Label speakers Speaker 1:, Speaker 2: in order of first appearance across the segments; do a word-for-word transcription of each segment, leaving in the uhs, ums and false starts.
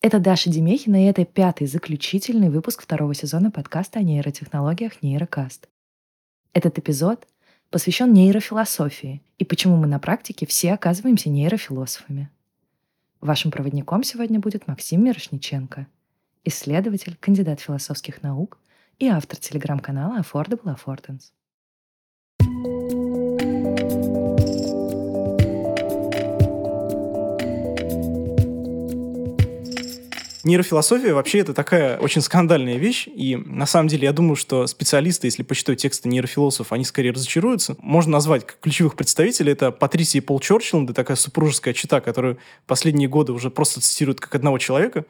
Speaker 1: Это Даша Демехина, и это пятый заключительный выпуск второго сезона подкаста о нейротехнологиях «Нейрокаст». Этот эпизод посвящен нейрофилософии и почему мы на практике все оказываемся нейрофилософами. Вашим проводником сегодня будет Максим Мирошниченко, исследователь, кандидат философских наук и автор телеграм-канала Affordable Affordance.
Speaker 2: Нейрофилософия вообще это такая очень скандальная вещь, и на самом деле я думаю, что специалисты, если почитают тексты нейрофилософов, они скорее разочаруются. Можно назвать ключевых представителей, это Патрисия и Пол Чорчленд, такая супружеская чета, которую последние годы уже просто цитируют как одного человека.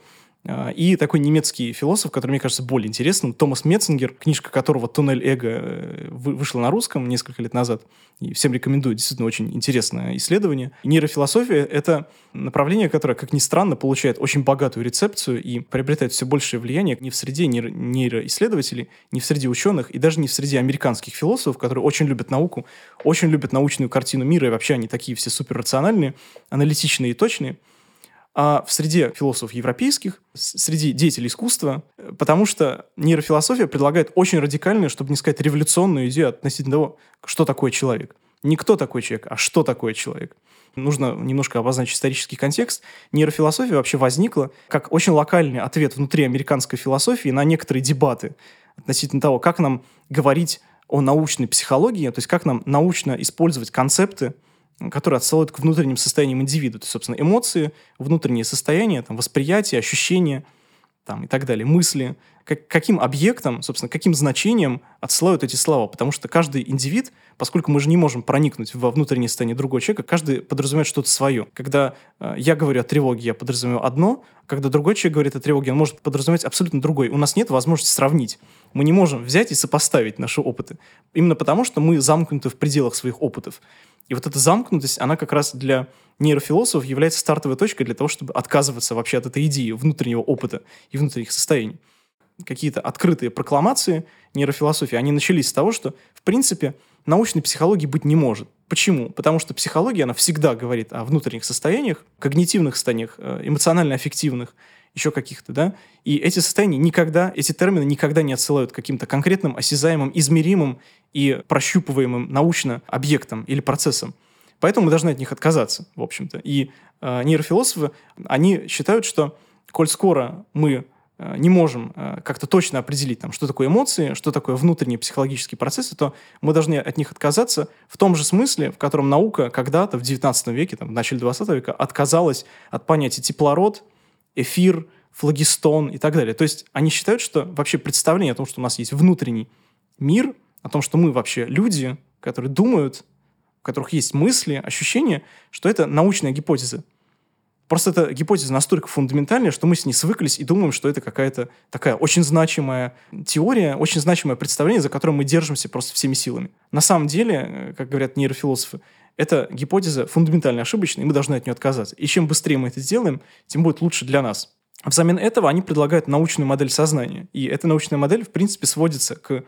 Speaker 2: И такой немецкий философ, который, мне кажется, более интересным, Томас Метцингер, книжка которого «Туннель эго» вышла на русском несколько лет назад. И всем рекомендую, действительно очень интересное исследование. И нейрофилософия — это направление, которое, как ни странно, получает очень богатую рецепцию и приобретает все большее влияние не в среде нейро- нейроисследователей, не в среде ученых и даже не в среде американских философов, которые очень любят науку, очень любят научную картину мира, и вообще они такие все суперрациональные, аналитичные и точные. А в среде философов европейских, среди деятелей искусства, потому что нейрофилософия предлагает очень радикальную, чтобы не сказать революционную идею относительно того, что такое человек. Не кто такой человек, а что такое человек. Нужно немножко обозначить исторический контекст. Нейрофилософия вообще возникла как очень локальный ответ внутри американской философии на некоторые дебаты относительно того, как нам говорить о научной психологии, то есть как нам научно использовать концепты, которые отсылают к внутренним состояниям индивида. То есть, собственно, эмоции, внутренние состояния, там, восприятие, ощущения там, и так далее, мысли. Как, каким объектом, собственно, каким значением отсылают эти слова. Потому что каждый индивид, поскольку мы же не можем проникнуть во внутреннее состояние другого человека, каждый подразумевает что-то свое. Когда э, я говорю о тревоге, я подразумеваю одно, когда другой человек говорит о тревоге, он может подразумевать абсолютно другое. У нас нет возможности сравнить. Мы не можем взять и сопоставить наши опыты. Именно потому, что мы замкнуты в пределах своих опытов. И вот эта замкнутость, она как раз для нейрофилософов является стартовой точкой для того, чтобы отказываться вообще от этой идеи внутреннего опыта и внутренних состояний. Какие-то открытые прокламации нейрофилософии, они начались с того, что, в принципе, научной психологии быть не может. Почему? Потому что психология, она всегда говорит о внутренних состояниях, когнитивных состояниях, эмоционально-аффективных, еще каких-то, да, и эти состояния никогда, эти термины никогда не отсылают к каким-то конкретным, осязаемым, измеримым и прощупываемым научно объектам или процессам. Поэтому мы должны от них отказаться, в общем-то. И э, нейрофилософы, они считают, что коль скоро мы э, не можем э, как-то точно определить, там, что такое эмоции, что такое внутренние психологические процессы, то мы должны от них отказаться в том же смысле, в котором наука когда-то в девятнадцатом веке, там, в начале двадцатого века отказалась от понятия теплород, эфир, флогистон и так далее. То есть они считают, что вообще представление о том, что у нас есть внутренний мир, о том, что мы вообще люди, которые думают, у которых есть мысли, ощущения, что это научная гипотеза. Просто эта гипотеза настолько фундаментальная, что мы с ней свыклись и думаем, что это какая-то такая очень значимая теория, очень значимое представление, за которым мы держимся просто всеми силами. На самом деле, как говорят нейрофилософы, эта гипотеза фундаментально ошибочная, и мы должны от нее отказаться. И чем быстрее мы это сделаем, тем будет лучше для нас. Взамен этого они предлагают научную модель сознания. И эта научная модель, в принципе, сводится к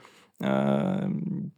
Speaker 2: э,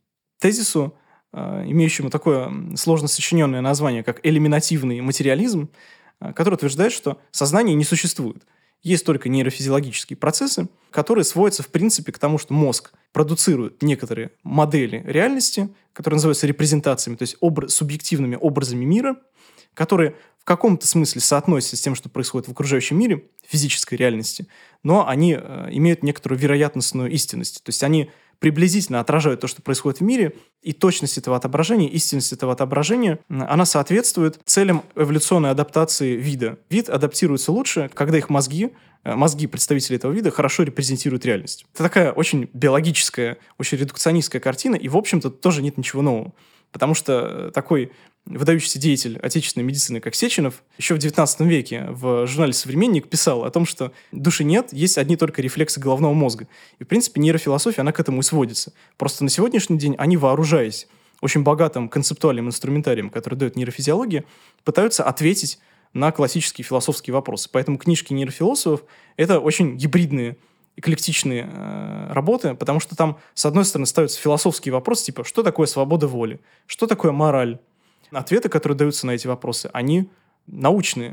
Speaker 2: тезису, э, имеющему такое сложно сочиненное название, как элиминативный материализм, э, который утверждает, что сознание не существует. Есть только нейрофизиологические процессы, которые сводятся, в принципе, к тому, что мозг продуцирует некоторые модели реальности, которые называются репрезентациями, то есть образ, субъективными образами мира, которые в каком-то смысле соотносятся с тем, что происходит в окружающем мире, физической реальности, но они э, имеют некоторую вероятностную истинность. То есть они приблизительно отражают то, что происходит в мире, и точность этого отображения, истинность этого отображения, она соответствует целям эволюционной адаптации вида. Вид адаптируется лучше, когда их мозги, мозги представителей этого вида хорошо репрезентируют реальность. Это такая очень биологическая, очень редукционистская картина, и, в общем-то, тоже нет ничего нового. Потому что такой выдающийся деятель отечественной медицины, как Сеченов, еще в девятнадцатом веке в журнале «Современник» писал о том, что души нет, есть одни только рефлексы головного мозга. И, в принципе, нейрофилософия, она к этому и сводится. Просто на сегодняшний день они, вооружаясь очень богатым концептуальным инструментарием, который дает нейрофизиология, пытаются ответить на классические философские вопросы. Поэтому книжки нейрофилософов — это очень гибридные, эклектичные э, работы, потому что там, с одной стороны, ставятся философские вопросы, типа, что такое свобода воли, что такое мораль. Ответы, которые даются на эти вопросы, они научные.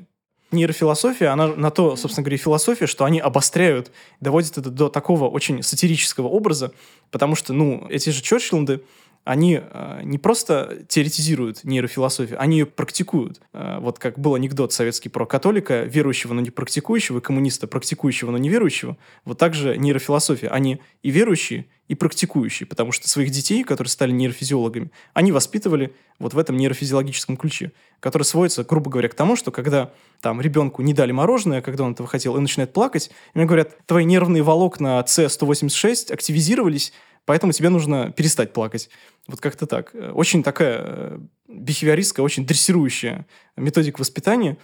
Speaker 2: Нейрофилософия, она на то, собственно говоря, и философия, что они обостряют, доводят это до такого очень сатирического образа, потому что, ну, эти же Чорчленды, они э, не просто теоретизируют нейрофилософию, они ее практикуют. Э, вот как был анекдот советский про католика, верующего, но не практикующего, и коммуниста, практикующего, но не верующего. Вот так же нейрофилософия. Они и верующие, и практикующие, потому что своих детей, которые стали нейрофизиологами, они воспитывали вот в этом нейрофизиологическом ключе, который сводится, грубо говоря, к тому, что когда там ребенку не дали мороженое, когда он этого хотел, и начинает плакать, ему говорят, твои нервные волокна С сто восемьдесят шесть активизировались, поэтому тебе нужно перестать плакать. Вот как-то так. Очень такая бихевиористская, очень дрессирующая методика воспитания.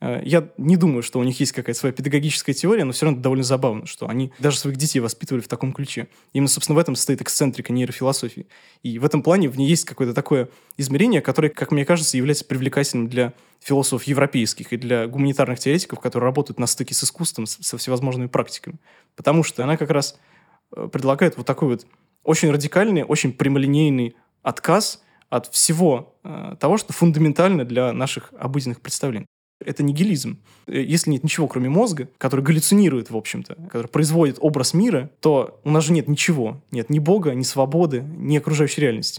Speaker 2: Я не думаю, что у них есть какая-то своя педагогическая теория, но все равно довольно забавно, что они даже своих детей воспитывали в таком ключе. Именно, собственно, в этом состоит эксцентрика нейрофилософии. И в этом плане в ней есть какое-то такое измерение, которое, как мне кажется, является привлекательным для философов европейских и для гуманитарных теоретиков, которые работают на стыке с искусством, со всевозможными практиками. Потому что она как раз предлагает вот такой вот очень радикальный, очень прямолинейный отказ от всего э, того, что фундаментально для наших обыденных представлений. Это нигилизм. Если нет ничего, кроме мозга, который галлюцинирует, в общем-то, который производит образ мира, то у нас же нет ничего. Нет ни Бога, ни свободы, ни окружающей реальности.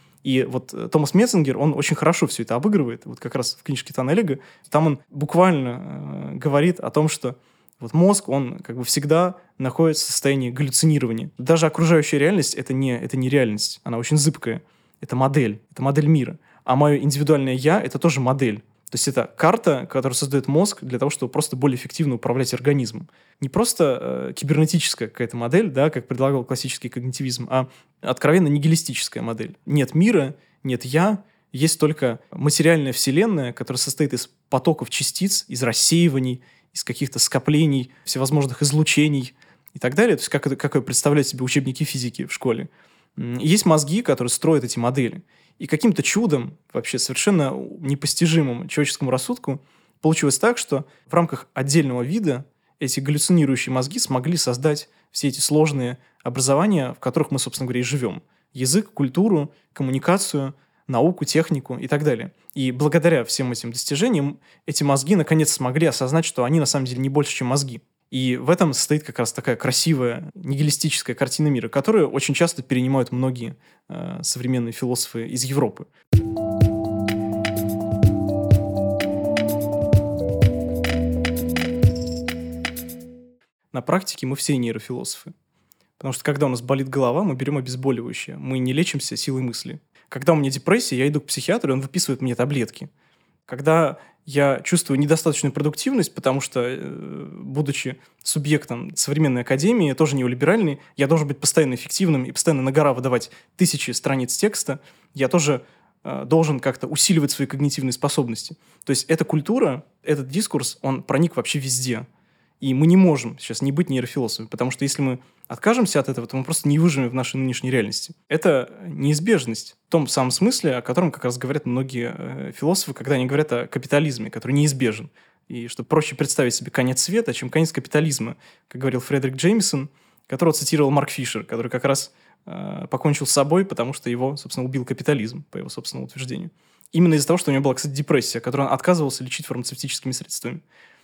Speaker 2: И вот Томас Метцингер, он очень хорошо все это обыгрывает. Вот как раз в книжке Тана Эллига, там он буквально э, говорит о том, что вот мозг, он как бы всегда находится в состоянии галлюцинирования. Даже окружающая реальность это не, это не реальность, она очень зыбкая. Это модель, это модель мира. А мое индивидуальное «я» — это тоже модель. То есть это карта, которую создает мозг для того, чтобы просто более эффективно управлять организмом. Не просто э, кибернетическая какая-то модель, да, как предлагал классический когнитивизм, а откровенно нигилистическая модель. Нет мира, нет «я», есть только материальная вселенная, которая состоит из потоков частиц, из рассеиваний, из каких-то скоплений, всевозможных излучений и так далее. То есть как, это, как это представляют себе учебники физики в школе. И есть мозги, которые строят эти модели. И каким-то чудом, вообще совершенно непостижимым человеческому рассудку, получилось так, что в рамках отдельного вида эти галлюцинирующие мозги смогли создать все эти сложные образования, в которых мы, собственно говоря, и живем. Язык, культуру, коммуникацию, науку, технику и так далее. И благодаря всем этим достижениям эти мозги наконец смогли осознать, что они на самом деле не больше, чем мозги. И в этом состоит как раз такая красивая нигилистическая картина мира, которую очень часто перенимают многие э, современные философы из Европы. На практике мы все нейрофилософы. Потому что когда у нас болит голова, мы берем обезболивающее. Мы не лечимся силой мысли. Когда у меня депрессия, я иду к психиатру, и он выписывает мне таблетки. Когда я чувствую недостаточную продуктивность, потому что, э, будучи субъектом современной академии, тоже неолиберальной, я должен быть постоянно эффективным и постоянно на гора выдавать тысячи страниц текста, я тоже э, должен как-то усиливать свои когнитивные способности. То есть эта культура, этот дискурс, он проник вообще везде. И мы не можем сейчас не быть нейрофилософами, потому что если мы откажемся от этого, то мы просто не выживем в нашей нынешней реальности. Это неизбежность в том самом смысле, о котором как раз говорят многие э, философы, когда они говорят о капитализме, который неизбежен. И что проще представить себе конец света, чем конец капитализма, как говорил Фредерик Джеймисон, которого цитировал Марк Фишер, который как раз э, покончил с собой, потому что его, собственно, убил капитализм, по его собственному утверждению. Именно из-за того, что у него была, кстати, депрессия, которую он отказывался лечить фармацевтическими средствами.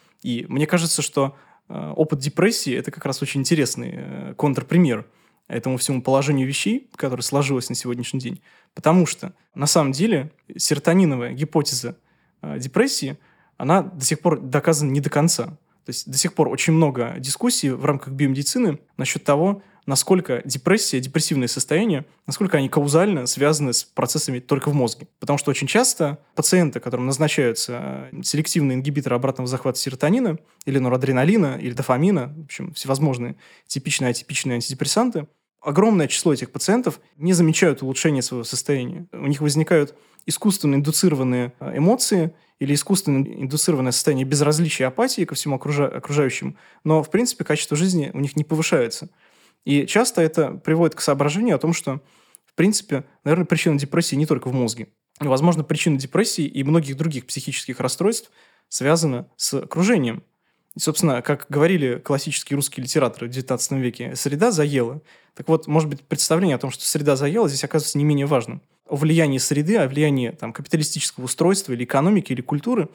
Speaker 2: И мне кажется, что э, опыт депрессии – это как раз очень интересный э, контрпример этому всему положению вещей, которое сложилось на сегодняшний день. Потому что, на самом деле, серотониновая гипотеза э, депрессии, она до сих пор доказана не до конца. То есть до сих пор очень много дискуссий в рамках биомедицины насчет того, насколько депрессия, депрессивные состояния, насколько они каузально связаны с процессами только в мозге. Потому что очень часто пациенты, которым назначаются селективные ингибиторы обратного захвата серотонина, или норадреналина, или дофамина, в общем, всевозможные типичные, атипичные антидепрессанты, огромное число этих пациентов не замечают улучшения своего состояния. У них возникают искусственно индуцированные эмоции или искусственно индуцированное состояние безразличия, апатии ко всему окружа- окружающему, но, в принципе, качество жизни у них не повышается. И часто это приводит к соображению о том, что, в принципе, наверное, причина депрессии не только в мозге. Возможно, причина депрессии и многих других психических расстройств связана с окружением. И, собственно, как говорили классические русские литераторы в девятнадцатом веке, среда заела. Так вот, может быть, представление о том, что среда заела, здесь оказывается не менее важным. О влиянии среды, о влиянии там, капиталистического устройства или экономики, или культуры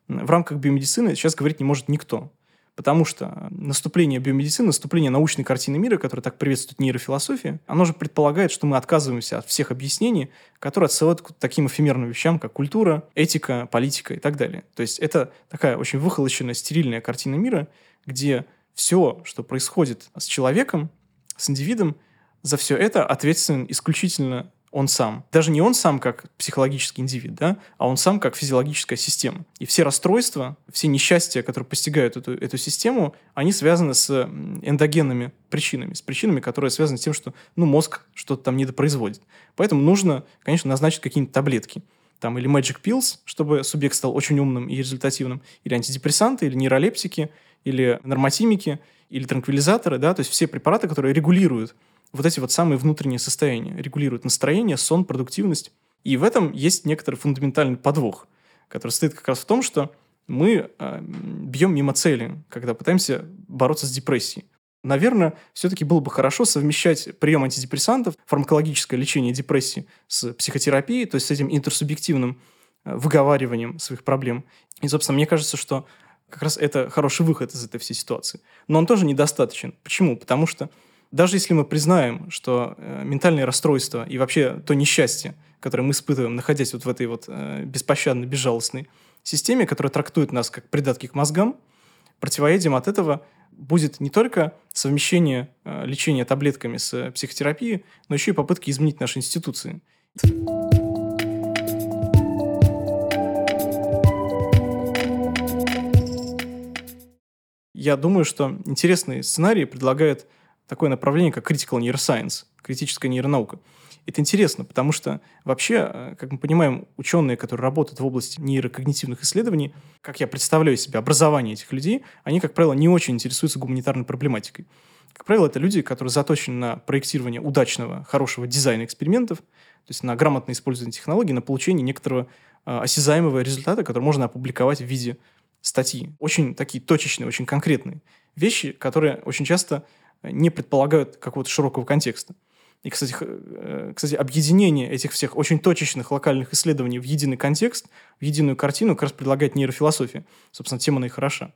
Speaker 2: в рамках биомедицины сейчас говорить не может никто. Потому что наступление биомедицины, наступление научной картины мира, которая так приветствует нейрофилософия, оно же предполагает, что мы отказываемся от всех объяснений, которые отсылают к таким эфемерным вещам, как культура, этика, политика и так далее. То есть это такая очень выхолощенная, стерильная картина мира, где все, что происходит с человеком, с индивидом, за все это ответственен исключительно он сам. Даже не он сам как психологический индивид, да, а он сам как физиологическая система. И все расстройства, все несчастья, которые постигают эту, эту систему, они связаны с эндогенными причинами, с причинами, которые связаны с тем, что ну, мозг что-то там недопроизводит. Поэтому нужно, конечно, назначить какие-нибудь таблетки. Там, или magic pills, чтобы субъект стал очень умным и результативным, или антидепрессанты, или нейролептики, или нормотимики, или транквилизаторы, да, то есть все препараты, которые регулируют вот эти вот самые внутренние состояния, регулируют настроение, сон, продуктивность. И в этом есть некоторый фундаментальный подвох, который стоит как раз в том, что мы э, бьем мимо цели, когда пытаемся бороться с депрессией. Наверное, все-таки было бы хорошо совмещать прием антидепрессантов, фармакологическое лечение депрессии с психотерапией, то есть с этим интерсубъективным э, выговариванием своих проблем. И, собственно, мне кажется, что как раз это хороший выход из этой всей ситуации. Но он тоже недостаточен. Почему? Потому что даже если мы признаем, что э, ментальные расстройства и вообще то несчастье, которое мы испытываем, находясь вот в этой вот э, беспощадной, безжалостной системе, которая трактует нас как придатки к мозгам, противоядием от этого будет не только совмещение э, лечения таблетками с психотерапией, но еще и попытки изменить наши институции. Я думаю, что интересный сценарий предлагает такое направление, как critical neuroscience, критическая нейронаука. Это интересно, потому что вообще, как мы понимаем, ученые, которые работают в области нейрокогнитивных исследований, как я представляю себе образование этих людей, они, как правило, не очень интересуются гуманитарной проблематикой. Как правило, это люди, которые заточены на проектирование удачного, хорошего дизайна экспериментов, то есть на грамотное использование технологий, на получение некоторого э, осязаемого результата, который можно опубликовать в виде статьи. Очень такие точечные, очень конкретные вещи, которые очень часто не предполагают какого-то широкого контекста. И, кстати, кстати, объединение этих всех очень точечных локальных исследований в единый контекст, в единую картину как раз предлагает нейрофилософия. Собственно, тема она и хороша.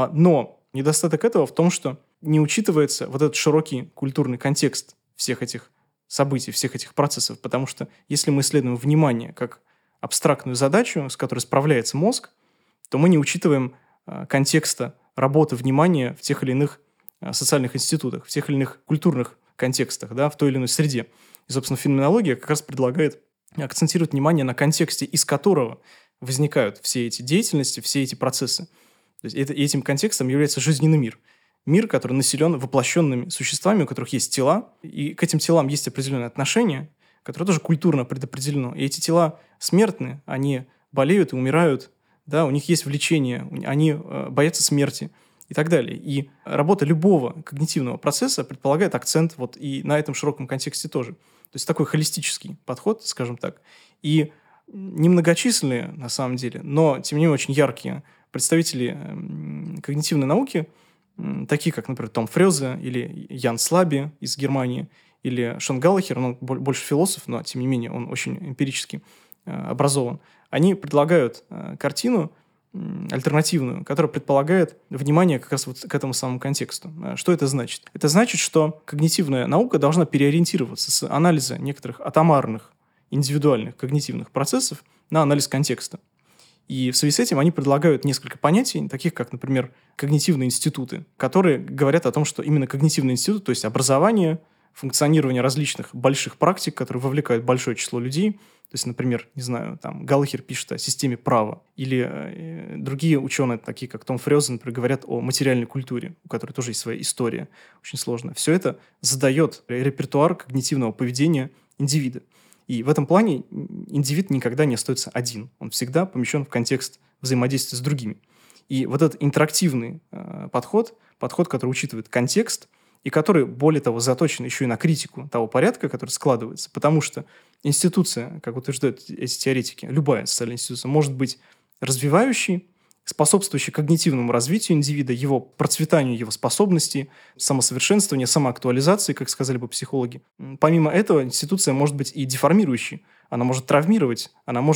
Speaker 2: Но недостаток этого в том, что не учитывается вот этот широкий культурный контекст всех этих событий, всех этих процессов. Потому что если мы исследуем внимание как абстрактную задачу, с которой справляется мозг, то мы не учитываем контекста работы внимания в тех или иных социальных институтах, в тех или иных культурных контекстах, да, в той или иной среде. И, собственно, феноменология как раз предлагает акцентировать внимание на контексте, из которого возникают все эти деятельности, все эти процессы. То есть это, этим контекстом является жизненный мир. Мир, который населен воплощенными существами, у которых есть тела, и к этим телам есть определенное отношение, которое тоже культурно предопределено. И эти тела смертны, они болеют и умирают, да, у них есть влечение, они э, боятся смерти и так далее. И работа любого когнитивного процесса предполагает акцент вот и на этом широком контексте тоже. То есть такой холистический подход, скажем так. И немногочисленные, на самом деле, но, тем не менее, очень яркие представители э, когнитивной науки, э, такие как, например, Том Фрёзе или Ян Слаби из Германии, или Шон Галлахер, он больше философ, но, тем не менее, он очень эмпирически э, образован, они предлагают э, картину альтернативную, которая предполагает внимание как раз вот к этому самому контексту. Что это значит? Это значит, что когнитивная наука должна переориентироваться с анализа некоторых атомарных, индивидуальных когнитивных процессов на анализ контекста. И в связи с этим они предлагают несколько понятий, таких как, например, когнитивные институты, которые говорят о том, что именно когнитивный институт, то есть образование, функционирование различных больших практик, которые вовлекают большое число людей. То есть, например, не знаю, там Галлахер пишет о системе права, или э, другие ученые, такие как Том Фрёзе, например, говорят о материальной культуре, у которой тоже есть своя история, очень сложная. Все это задает репертуар когнитивного поведения индивида. И в этом плане индивид никогда не остается один. Он всегда помещен в контекст взаимодействия с другими. И вот этот интерактивный э, подход, подход, который учитывает контекст, и который, более того, заточен еще и на критику того порядка, который складывается. Потому что институция, как утверждают эти теоретики, любая социальная институция, может быть развивающей, способствующей когнитивному развитию индивида, его процветанию, его способностей, самосовершенствованию, самоактуализации, как сказали бы психологи. Помимо этого, институция может быть и деформирующей. Она может травмировать, она может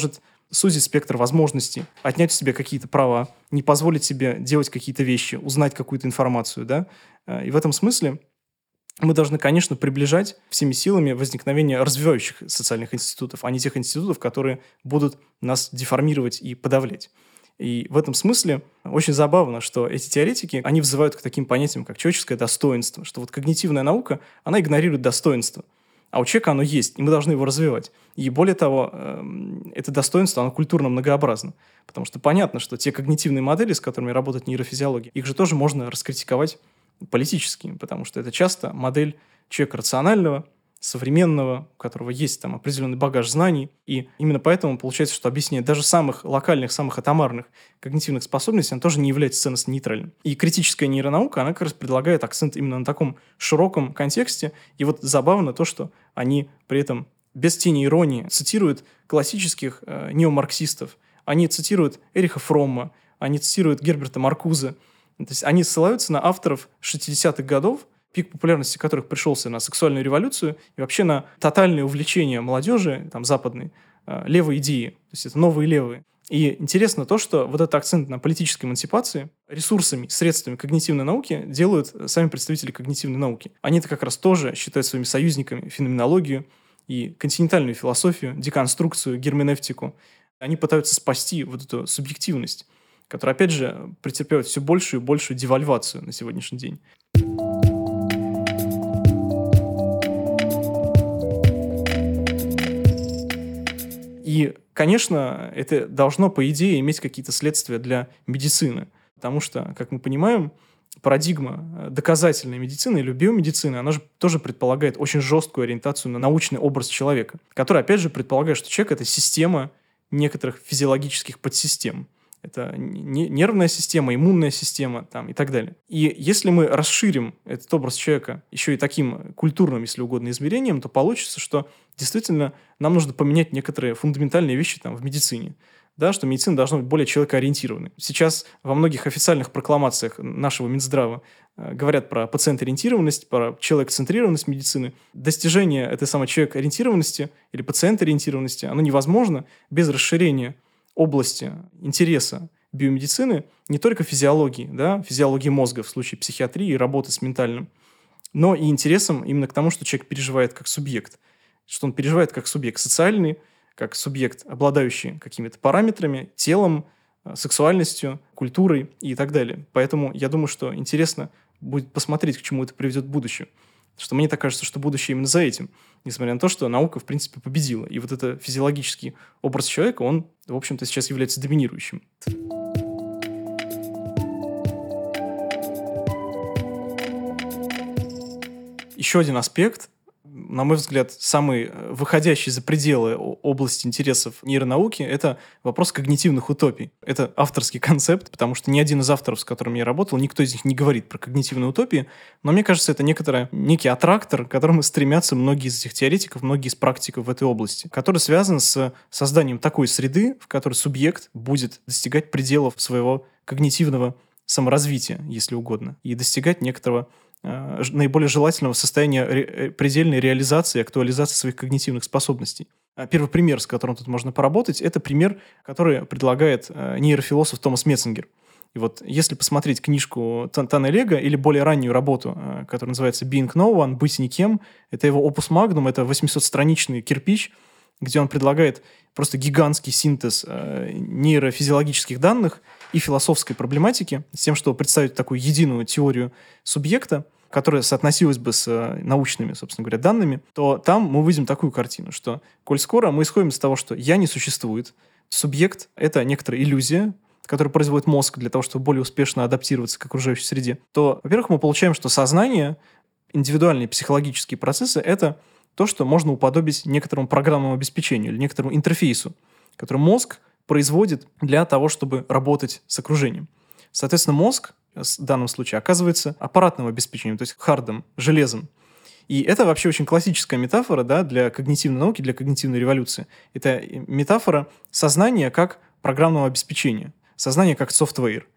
Speaker 2: сузить спектр возможностей, отнять у себя какие-то права, не позволить себе делать какие-то вещи, узнать какую-то информацию, да. И в этом смысле мы должны, конечно, приближать всеми силами возникновение развивающих социальных институтов, а не тех институтов, которые будут нас деформировать и подавлять. И в этом смысле очень забавно, что эти теоретики, они взывают к таким понятиям, как человеческое достоинство, что вот когнитивная наука, она игнорирует достоинство, а у человека оно есть, и мы должны его развивать. И более того, это достоинство, оно культурно многообразно, потому что понятно, что те когнитивные модели, с которыми работает нейрофизиология, их же тоже можно раскритиковать политически, потому что это часто модель человека рационального, современного, у которого есть там определенный багаж знаний, и именно поэтому получается, что объяснение даже самых локальных, самых атомарных когнитивных способностей, оно тоже не является ценностно нейтральным. И критическая нейронаука, она как раз предлагает акцент именно на таком широком контексте, и вот забавно то, что они при этом без тени иронии цитируют классических э, неомарксистов, они цитируют Эриха Фромма, они цитируют Герберта Маркузе, то есть они ссылаются на авторов шестидесятых годов, пик популярности которых пришелся на сексуальную революцию и вообще на тотальное увлечение молодежи, там, западной, э, левой идеи. То есть это новые левые. И интересно то, что вот этот акцент на политической эмансипации ресурсами, средствами когнитивной науки делают сами представители когнитивной науки. Они-то как раз тоже считают своими союзниками феноменологию и континентальную философию, деконструкцию, герменевтику. Они пытаются спасти вот эту субъективность, которая, опять же, претерпевает все большую и большую девальвацию на сегодняшний день. И, конечно, это должно, по идее, иметь какие-то следствия для медицины. Потому что, как мы понимаем, парадигма доказательной медицины или биомедицины, она же тоже предполагает очень жесткую ориентацию на научный образ человека, который, опять же, предполагает, что человек – это система некоторых физиологических подсистем. Это нервная система, иммунная система там, и так далее. И если мы расширим этот образ человека еще и таким культурным, если угодно, измерением, то получится, что действительно нам нужно поменять некоторые фундаментальные вещи там, в медицине. Да, что медицина должна быть более человекоориентированной. Сейчас во многих официальных прокламациях нашего Минздрава э, говорят про пациент-ориентированность, про человек-центрированность медицины. Достижение этой самой человек-ориентированности или пациент-ориентированности, оно невозможно без расширения области интереса биомедицины, не только физиологии, да, физиологии мозга в случае психиатрии и работы с ментальным, но и интересом именно к тому, что человек переживает как субъект, что он переживает как субъект социальный, как субъект, обладающий какими-то параметрами, телом, сексуальностью, культурой и так далее. Поэтому я думаю, что интересно будет посмотреть, к чему это приведет в будущем. Что мне так кажется, что будущее именно за этим, несмотря на то, что наука, в принципе, победила. И вот этот физиологический образ человека, он, в общем-то, сейчас является доминирующим. Еще один аспект, на мой взгляд, самый выходящий за пределы области интересов нейронауки, это вопрос когнитивных утопий. Это авторский концепт, потому что ни один из авторов, с которыми я работал, никто из них не говорит про когнитивные утопии, но мне кажется, это некоторый, некий аттрактор, к которому стремятся многие из этих теоретиков, многие из практиков в этой области, который связан с созданием такой среды, в которой субъект будет достигать пределов своего когнитивного саморазвития, если угодно, и достигать некоторого наиболее желательного состояния ре- предельной реализации и актуализации своих когнитивных способностей. Первый пример, с которым тут можно поработать, это пример, который предлагает э, нейрофилософ Томас Метцингер. И вот если посмотреть книжку Тана Лега или более раннюю работу, э, которая называется «Being No One», «Быть никем», это его опус магнум, это восьмисотстраничный кирпич, где он предлагает просто гигантский синтез э, нейрофизиологических данных и философской проблематики с тем, чтобы представить такую единую теорию субъекта, которая соотносилась бы с э, научными, собственно говоря, данными, то там мы увидим такую картину, что, коль скоро мы исходим из того, что «я» не существует, субъект — это некоторая иллюзия, которую производит мозг для того, чтобы более успешно адаптироваться к окружающей среде, то, во-первых, мы получаем, что сознание, индивидуальные психологические процессы — это то, что можно уподобить некоторому программному обеспечению или некоторому интерфейсу, который мозг производит для того, чтобы работать с окружением. Соответственно, мозг в данном случае оказывается аппаратным обеспечением, то есть хардом, железом. И это вообще очень классическая метафора, да, для когнитивной науки, для когнитивной революции. Это метафора сознания как программного обеспечения, сознание как софтвейр.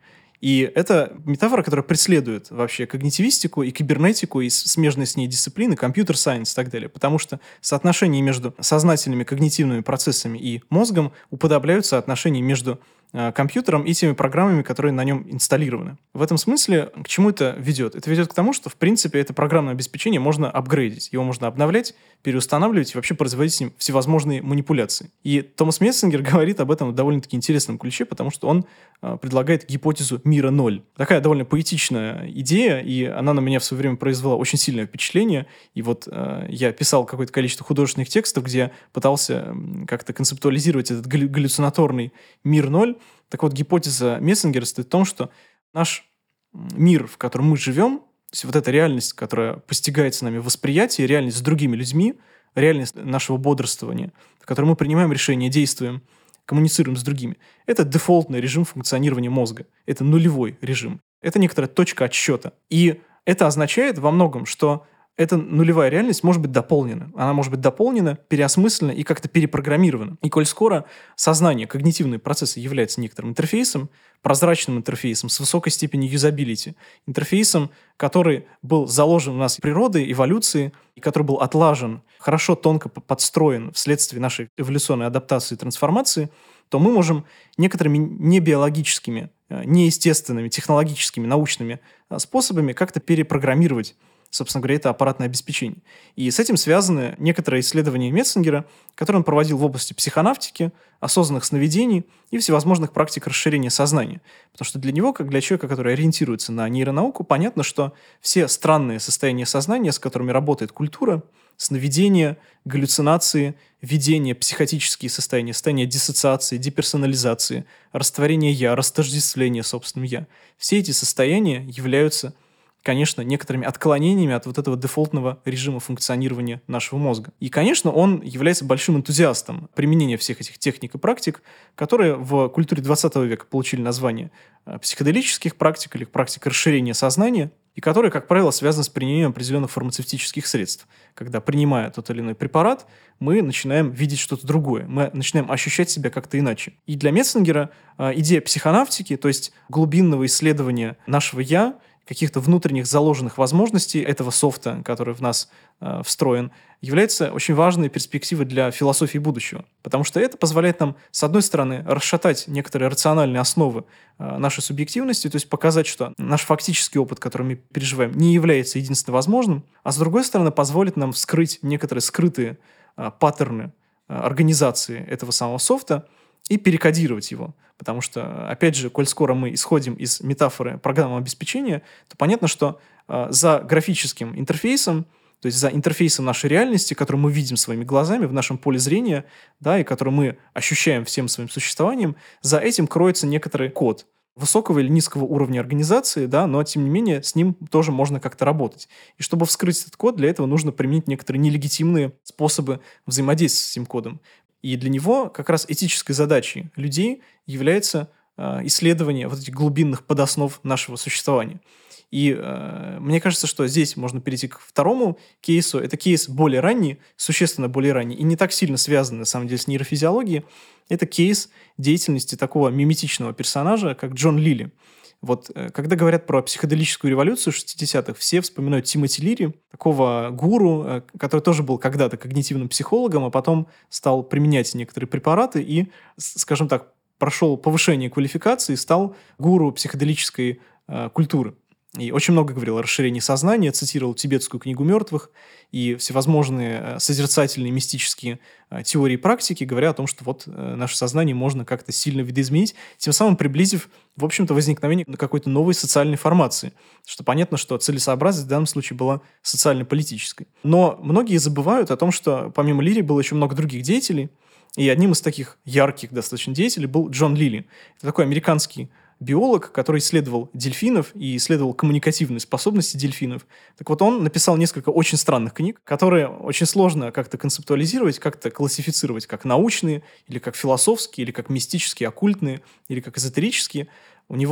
Speaker 2: И это метафора, которая преследует вообще когнитивистику и кибернетику, и смежные с ней дисциплины, компьютер-сайенс и так далее. Потому что соотношения между сознательными когнитивными процессами и мозгом уподобляют соотношения между компьютером и теми программами, которые на нем инсталлированы. В этом смысле к чему это ведет? Это ведет к тому, что, в принципе, это программное обеспечение можно апгрейдить, его можно обновлять, переустанавливать и вообще производить с ним всевозможные манипуляции. И Томас Мессингер говорит об этом в довольно-таки интересном ключе, потому что он э, предлагает гипотезу мира ноль. Такая довольно поэтичная идея, и она на меня в свое время произвела очень сильное впечатление. И вот э, я писал какое-то количество художественных текстов, где пытался как-то концептуализировать этот галлю- галлюцинаторный мир ноль. Так вот, гипотеза Мессингера стоит в том, что наш мир, в котором мы живем, то есть вот эта реальность, которая постигается нами в восприятии, реальность с другими людьми, реальность нашего бодрствования, в которой мы принимаем решения, действуем, коммуницируем с другими, это дефолтный режим функционирования мозга. Это нулевой режим. Это некоторая точка отсчета. И это означает во многом, что эта нулевая реальность может быть дополнена. Она может быть дополнена, переосмыслена и как-то перепрограммирована. И коль скоро сознание, когнитивные процессы являются некоторым интерфейсом, прозрачным интерфейсом с высокой степенью юзабилити, интерфейсом, который был заложен у нас природой, эволюцией, и который был отлажен, хорошо, тонко подстроен вследствие нашей эволюционной адаптации и трансформации, то мы можем некоторыми небиологическими, неестественными, технологическими, научными способами как-то перепрограммировать, собственно говоря, это аппаратное обеспечение. И с этим связаны некоторые исследования Мессингера, которые он проводил в области психонавтики, осознанных сновидений и всевозможных практик расширения сознания. Потому что для него, как для человека, который ориентируется на нейронауку, понятно, что все странные состояния сознания, с которыми работает культура, сновидения, галлюцинации, видения, психотические состояния, состояния диссоциации, деперсонализации, растворения «я», растождествления собственным «я», все эти состояния являются, конечно, некоторыми отклонениями от вот этого дефолтного режима функционирования нашего мозга. И, конечно, он является большим энтузиастом применения всех этих техник и практик, которые в культуре двадцатого века получили название психоделических практик или практик расширения сознания, и которые, как правило, связаны с применением определенных фармацевтических средств. Когда, принимая тот или иной препарат, мы начинаем видеть что-то другое, мы начинаем ощущать себя как-то иначе. И для Мессингера э, идея психонавтики, то есть глубинного исследования нашего «я», каких-то внутренних заложенных возможностей этого софта, который в нас э, встроен, является очень важной перспективой для философии будущего. Потому что это позволяет нам, с одной стороны, расшатать некоторые рациональные основы э, нашей субъективности, то есть показать, что наш фактический опыт, который мы переживаем, не является единственно возможным, а с другой стороны, позволит нам вскрыть некоторые скрытые э, паттерны э, организации этого самого софта и перекодировать его. Потому что, опять же, коль скоро мы исходим из метафоры программного обеспечения, то понятно, что э, за графическим интерфейсом, то есть за интерфейсом нашей реальности, который мы видим своими глазами в нашем поле зрения, да, и который мы ощущаем всем своим существованием, за этим кроется некоторый код высокого или низкого уровня организации, да, но, тем не менее, с ним тоже можно как-то работать. И чтобы вскрыть этот код, для этого нужно применить некоторые нелегитимные способы взаимодействия с этим кодом. И для него как раз этической задачей людей является э, исследование вот этих глубинных подоснов нашего существования. И э, мне кажется, что здесь можно перейти к второму кейсу. Это кейс более ранний, существенно более ранний, и не так сильно связанный, на самом деле, с нейрофизиологией. Это кейс деятельности такого миметичного персонажа, как Джон Лили. Вот э, когда говорят про психоделическую революцию шестидесятых, все вспоминают Тимоти Лири, такого гуру, э, который тоже был когда-то когнитивным психологом, а потом стал применять некоторые препараты и, скажем так, прошел повышение квалификации и стал гуру психоделической э, культуры. И очень много говорил о расширении сознания, цитировал тибетскую книгу мертвых и всевозможные созерцательные мистические теории и практики, говоря о том, что вот наше сознание можно как-то сильно видоизменить, тем самым приблизив, в общем-то, возникновение какой-то новой социальной формации. Что понятно, что целесообразность в данном случае была социально-политической. Но многие забывают о том, что помимо Лири было еще много других деятелей, и одним из таких ярких достаточно деятелей был Джон Лили. Это такой американский биолог, который исследовал дельфинов и исследовал коммуникативные способности дельфинов. Так вот, он написал несколько очень странных книг, которые очень сложно как-то концептуализировать, как-то классифицировать как научные, или как философские, или как мистические, оккультные, или как эзотерические. У него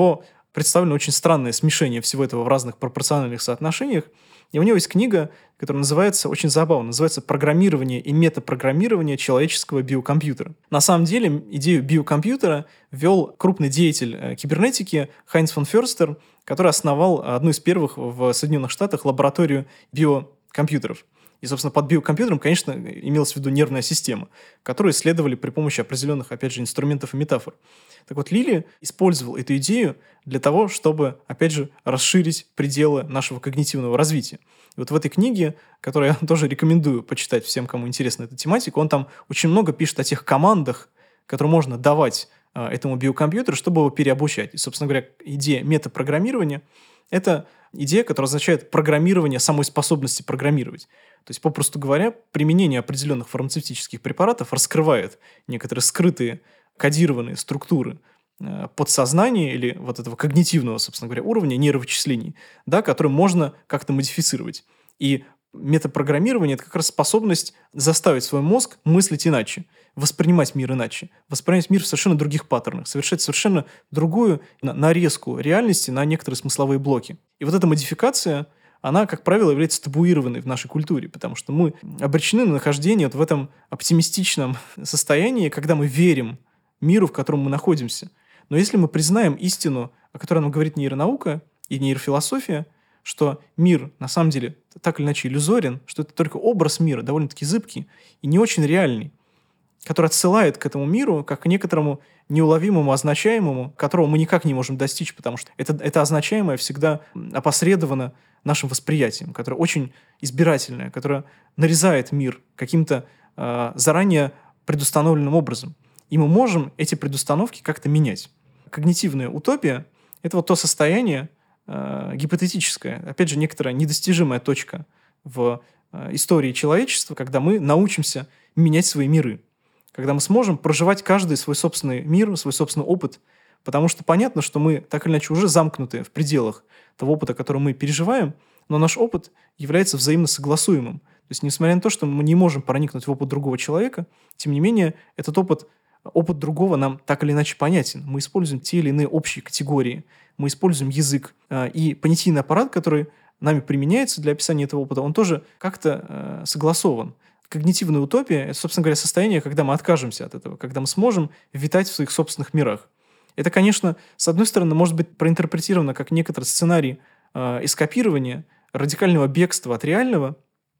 Speaker 2: представлено очень странное смешение всего этого в разных пропорциональных соотношениях. И у него есть книга, которая называется, очень забавно, называется «Программирование и метапрограммирование человеческого биокомпьютера». На самом деле идею биокомпьютера ввел крупный деятель э, кибернетики Хайнц фон Ферстер, который основал одну из первых в Соединенных Штатах лабораторию биокомпьютеров. И, собственно, под биокомпьютером, конечно, имелась в виду нервная система, которую исследовали при помощи определенных, опять же, инструментов и метафор. Так вот, Лили использовал эту идею для того, чтобы, опять же, расширить пределы нашего когнитивного развития. И вот в этой книге, которую я тоже рекомендую почитать всем, кому интересна эта тематика, он там очень много пишет о тех командах, которые можно давать э, этому биокомпьютеру, чтобы его переобучать. И, собственно говоря, идея метапрограммирования – это идея, которая означает программирование самой способности программировать. То есть, попросту говоря, применение определенных фармацевтических препаратов раскрывает некоторые скрытые кодированные структуры э, подсознания или вот этого когнитивного, собственно говоря, уровня нейровычислений, да, которые можно как-то модифицировать. И метапрограммирование – это как раз способность заставить свой мозг мыслить иначе, воспринимать мир иначе, воспринимать мир в совершенно других паттернах, совершать совершенно другую нарезку реальности на некоторые смысловые блоки. И вот эта модификация, она, как правило, является табуированной в нашей культуре, потому что мы обречены на нахождение вот в этом оптимистичном состоянии, когда мы верим миру, в котором мы находимся. Но если мы признаем истину, о которой нам говорит нейронаука и нейрофилософия, что мир на самом деле так или иначе иллюзорен, что это только образ мира, довольно-таки зыбкий и не очень реальный, который отсылает к этому миру как к некоторому неуловимому, означаемому, которого мы никак не можем достичь, потому что это, это означаемое всегда опосредовано нашим восприятием, которое очень избирательное, которое нарезает мир каким-то э, заранее предустановленным образом. И мы можем эти предустановки как-то менять. Когнитивная утопия – это вот то состояние э, гипотетическое, опять же, некоторая недостижимая точка в э, истории человечества, когда мы научимся менять свои миры, когда мы сможем проживать каждый свой собственный мир, свой собственный опыт, потому что понятно, что мы так или иначе уже замкнуты в пределах того опыта, который мы переживаем, но наш опыт является взаимно согласуемым. То есть, несмотря на то, что мы не можем проникнуть в опыт другого человека, тем не менее, этот опыт, опыт другого нам так или иначе понятен. Мы используем те или иные общие категории, мы используем язык. И понятийный аппарат, который нами применяется для описания этого опыта, он тоже как-то э, согласован. Когнитивная утопия – это, собственно говоря, состояние, когда мы откажемся от этого, когда мы сможем витать в своих собственных мирах. Это, конечно, с одной стороны, может быть проинтерпретировано как некоторый сценарий э, эскапирования, радикального бегства от реального,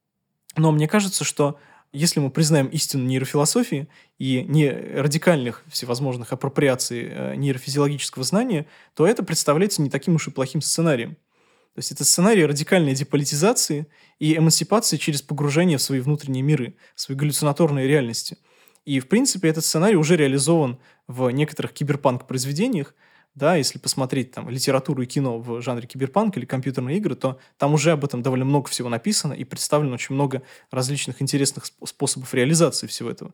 Speaker 2: но мне кажется, что если мы признаем истину нейрофилософии и не радикальных всевозможных апроприаций э, нейрофизиологического знания, то это представляется не таким уж и плохим сценарием. То есть это сценарий радикальной деполитизации и эмансипации через погружение в свои внутренние миры, в свои галлюцинаторные реальности. И, в принципе, этот сценарий уже реализован в некоторых киберпанк-произведениях. Да, если посмотреть там, литературу и кино в жанре киберпанк или компьютерные игры, то там уже об этом довольно много всего написано и представлено очень много различных интересных способов реализации всего этого.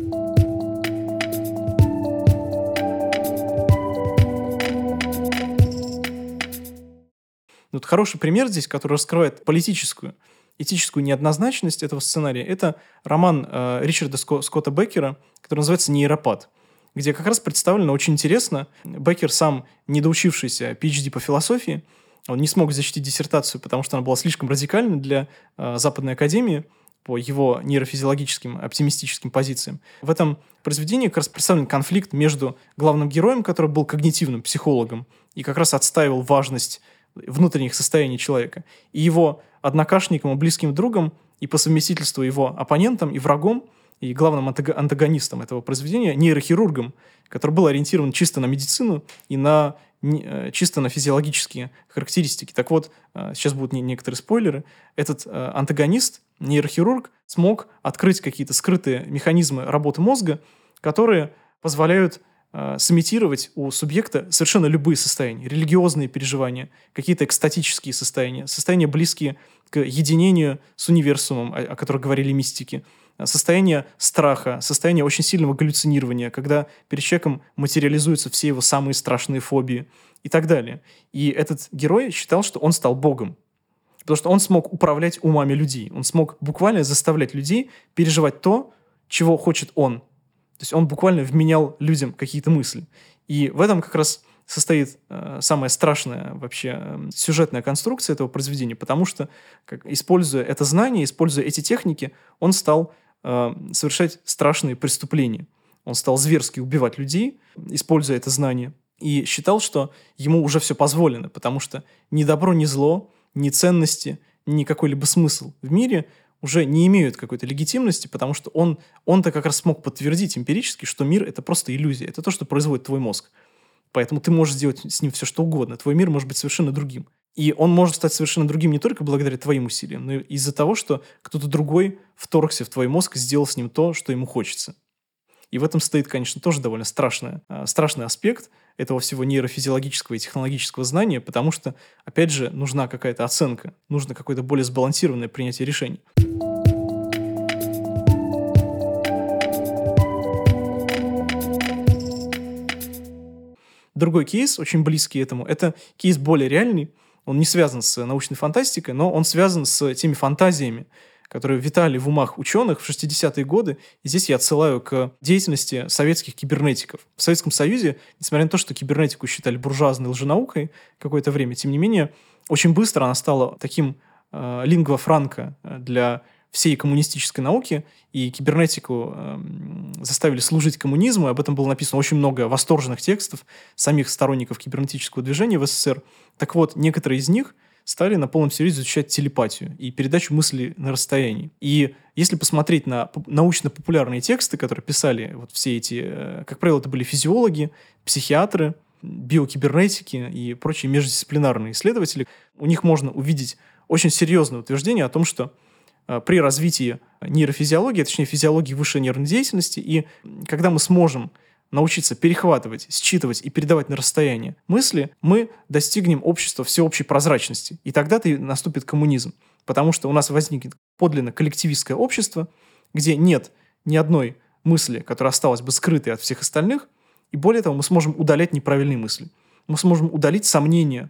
Speaker 2: Вот хороший пример здесь, который раскрывает политическую, этическую неоднозначность этого сценария, это роман э, Ричарда Ско- Скотта Беккера, который называется «Нейропат», где как раз представлено очень интересно. Беккер сам, не доучившийся пи эйч ди по философии, он не смог защитить диссертацию, потому что она была слишком радикальной для э, Западной академии по его нейрофизиологическим, оптимистическим позициям. В этом произведении как раз представлен конфликт между главным героем, который был когнитивным психологом и как раз отстаивал важность внутренних состояний человека, и его однокашником и близким другом, и по совместительству его оппонентом и врагом, и главным антагонистом этого произведения, нейрохирургом, который был ориентирован чисто на медицину и на, чисто на физиологические характеристики. Так вот, сейчас будут некоторые спойлеры, этот антагонист, нейрохирург, смог открыть какие-то скрытые механизмы работы мозга, которые позволяют сымитировать у субъекта совершенно любые состояния, религиозные переживания, какие-то экстатические состояния, состояния, близкие к единению с универсумом, о, о которых говорили мистики, состояние страха, состояние очень сильного галлюцинирования, когда перед человеком материализуются все его самые страшные фобии и так далее. И этот герой считал, что он стал богом, потому что он смог управлять умами людей, он смог буквально заставлять людей переживать то, чего хочет он. То есть он буквально вменял людям какие-то мысли. И в этом как раз состоит э, самая страшная вообще э, сюжетная конструкция этого произведения, потому что, как, используя это знание, используя эти техники, он стал э, совершать страшные преступления. Он стал зверски убивать людей, используя это знание, и считал, что ему уже все позволено, потому что ни добро, ни зло, ни ценности, ни какой-либо смысл в мире уже не имеют какой-то легитимности, потому что он, он-то как раз смог подтвердить эмпирически, что мир — это просто иллюзия, это то, что производит твой мозг. Поэтому ты можешь сделать с ним все, что угодно. Твой мир может быть совершенно другим. И он может стать совершенно другим не только благодаря твоим усилиям, но и из-за того, что кто-то другой вторгся в твой мозг и сделал с ним то, что ему хочется. И в этом стоит, конечно, тоже довольно страшный, страшный аспект этого всего нейрофизиологического и технологического знания, потому что, опять же, нужна какая-то оценка, нужно какое-то более сбалансированное принятие решений. Другой кейс, очень близкий этому, это кейс более реальный. Он не связан с научной фантастикой, но он связан с теми фантазиями, которые витали в умах ученых в шестидесятые годы. И здесь я отсылаю к деятельности советских кибернетиков. В Советском Союзе, несмотря на то, что кибернетику считали буржуазной лженаукой какое-то время, тем не менее, очень быстро она стала таким э, лингва франка для всей коммунистической науки, и кибернетику э, заставили служить коммунизму, и об этом было написано очень много восторженных текстов самих сторонников кибернетического движения в СССР. Так вот, некоторые из них стали на полном серьезе изучать телепатию и передачу мыслей на расстоянии. И если посмотреть на научно-популярные тексты, которые писали вот все эти, э, как правило, это были физиологи, психиатры, биокибернетики и прочие междисциплинарные исследователи, у них можно увидеть очень серьезное утверждение о том, что при развитии нейрофизиологии, точнее физиологии высшей нервной деятельности, и когда мы сможем научиться перехватывать, считывать и передавать на расстояние мысли, мы достигнем общества всеобщей прозрачности. И тогда-то и наступит коммунизм. Потому что у нас возникнет подлинно коллективистское общество, где нет ни одной мысли, которая осталась бы скрытой от всех остальных, и более того, мы сможем удалять неправильные мысли. Мы сможем удалить сомнения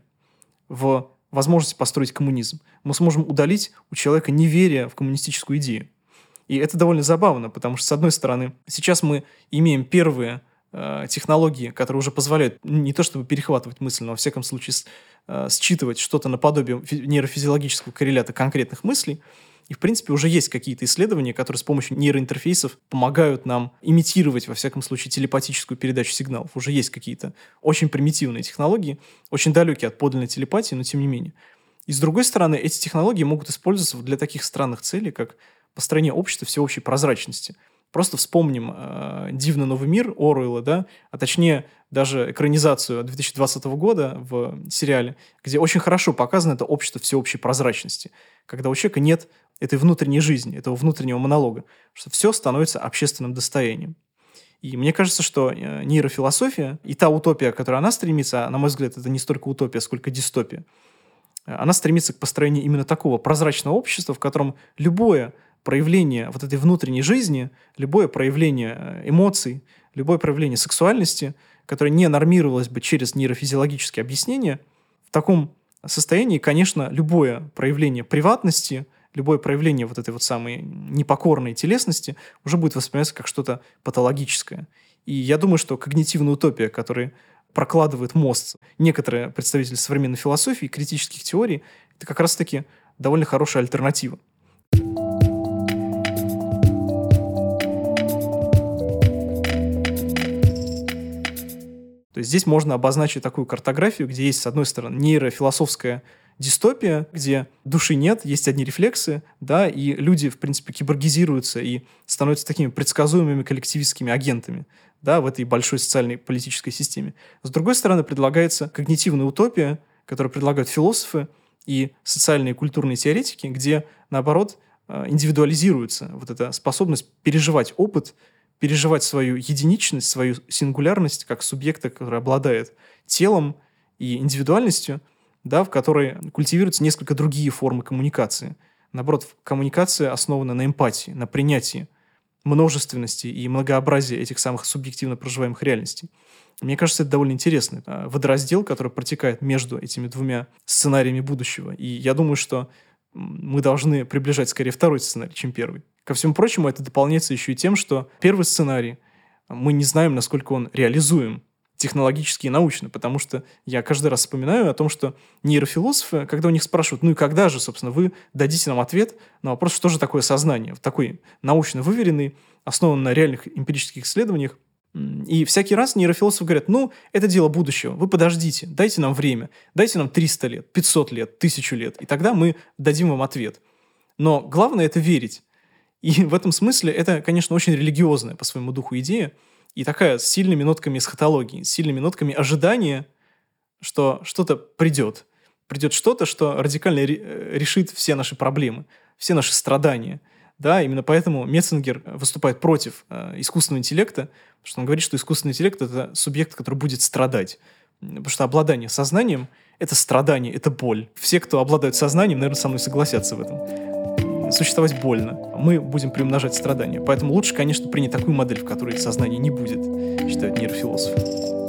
Speaker 2: в возможности построить коммунизм. Мы сможем удалить у человека неверие в коммунистическую идею. И это довольно забавно, потому что, с одной стороны, сейчас мы имеем первые э, технологии, которые уже позволяют не то чтобы перехватывать мысли, но, во всяком случае, с, э, считывать что-то наподобие фи- нейрофизиологического коррелята конкретных мыслей. И, в принципе, уже есть какие-то исследования, которые с помощью нейроинтерфейсов помогают нам имитировать, во всяком случае, телепатическую передачу сигналов. Уже есть какие-то очень примитивные технологии, очень далекие от подлинной телепатии, но тем не менее. И, с другой стороны, эти технологии могут использоваться для таких странных целей, как построение общества всеобщей прозрачности. Просто вспомним э, «Дивный новый мир» Оруэлла, да, а точнее даже экранизацию две тысячи двадцатого года в сериале, где очень хорошо показано это общество всеобщей прозрачности, когда у человека нет этой внутренней жизни, этого внутреннего монолога, что все становится общественным достоянием. И мне кажется, что э, нейрофилософия и та утопия, к которой она стремится, на мой взгляд, это не столько утопия, сколько дистопия, она стремится к построению именно такого прозрачного общества, в котором любое проявление вот этой внутренней жизни, любое проявление эмоций, любое проявление сексуальности, которое не нормировалось бы через нейрофизиологические объяснения, в таком состоянии, конечно, любое проявление приватности, любое проявление вот этой вот самой непокорной телесности уже будет восприниматься как что-то патологическое. И я думаю, что когнитивная утопия, которая прокладывает мост некоторые представители современной философии, критических теорий, это как раз-таки довольно хорошая альтернатива. То есть здесь можно обозначить такую картографию, где есть, с одной стороны, нейрофилософская дистопия, где души нет, есть одни рефлексы, да, и люди, в принципе, киборгизируются и становятся такими предсказуемыми коллективистскими агентами, да, в этой большой социальной политической системе. С другой стороны, предлагается когнитивная утопия, которую предлагают философы и социальные и культурные теоретики, где, наоборот, индивидуализируется вот эта способность переживать опыт, переживать свою единичность, свою сингулярность как субъекта, который обладает телом и индивидуальностью, да, в которой культивируются несколько другие формы коммуникации. Наоборот, коммуникация основана на эмпатии, на принятии множественности и многообразия этих самых субъективно проживаемых реальностей. Мне кажется, это довольно интересный водораздел, который протекает между этими двумя сценариями будущего. И я думаю, что мы должны приближать скорее второй сценарий, чем первый. Ко всему прочему, это дополняется еще и тем, что первый сценарий, мы не знаем, насколько он реализуем. технологически и научно, потому что я каждый раз вспоминаю о том, что нейрофилософы, когда у них спрашивают, ну и когда же, собственно, вы дадите нам ответ на вопрос, что же такое сознание, такой научно выверенный, основан на реальных эмпирических исследованиях. И всякий раз нейрофилософы говорят, ну, это дело будущего, вы подождите, дайте нам время, дайте нам триста лет, пятьсот лет, тысячу лет, и тогда мы дадим вам ответ. Но главное – это верить. И в этом смысле это, конечно, очень религиозная по своему духу идея, и такая с сильными нотками эсхатологии, с сильными нотками ожидания, что что-то придет. Придет что-то, что радикально ре- решит все наши проблемы, все наши страдания. Да, именно поэтому Метцингер выступает против э, искусственного интеллекта, потому что он говорит, что искусственный интеллект – это субъект, который будет страдать. Потому что обладание сознанием – это страдание, это боль. Все, кто обладают сознанием, наверное, со мной согласятся в этом. Существовать больно. Мы будем приумножать страдания. Поэтому лучше, конечно, принять такую модель, в которой сознания не будет, считают нейрофилософы.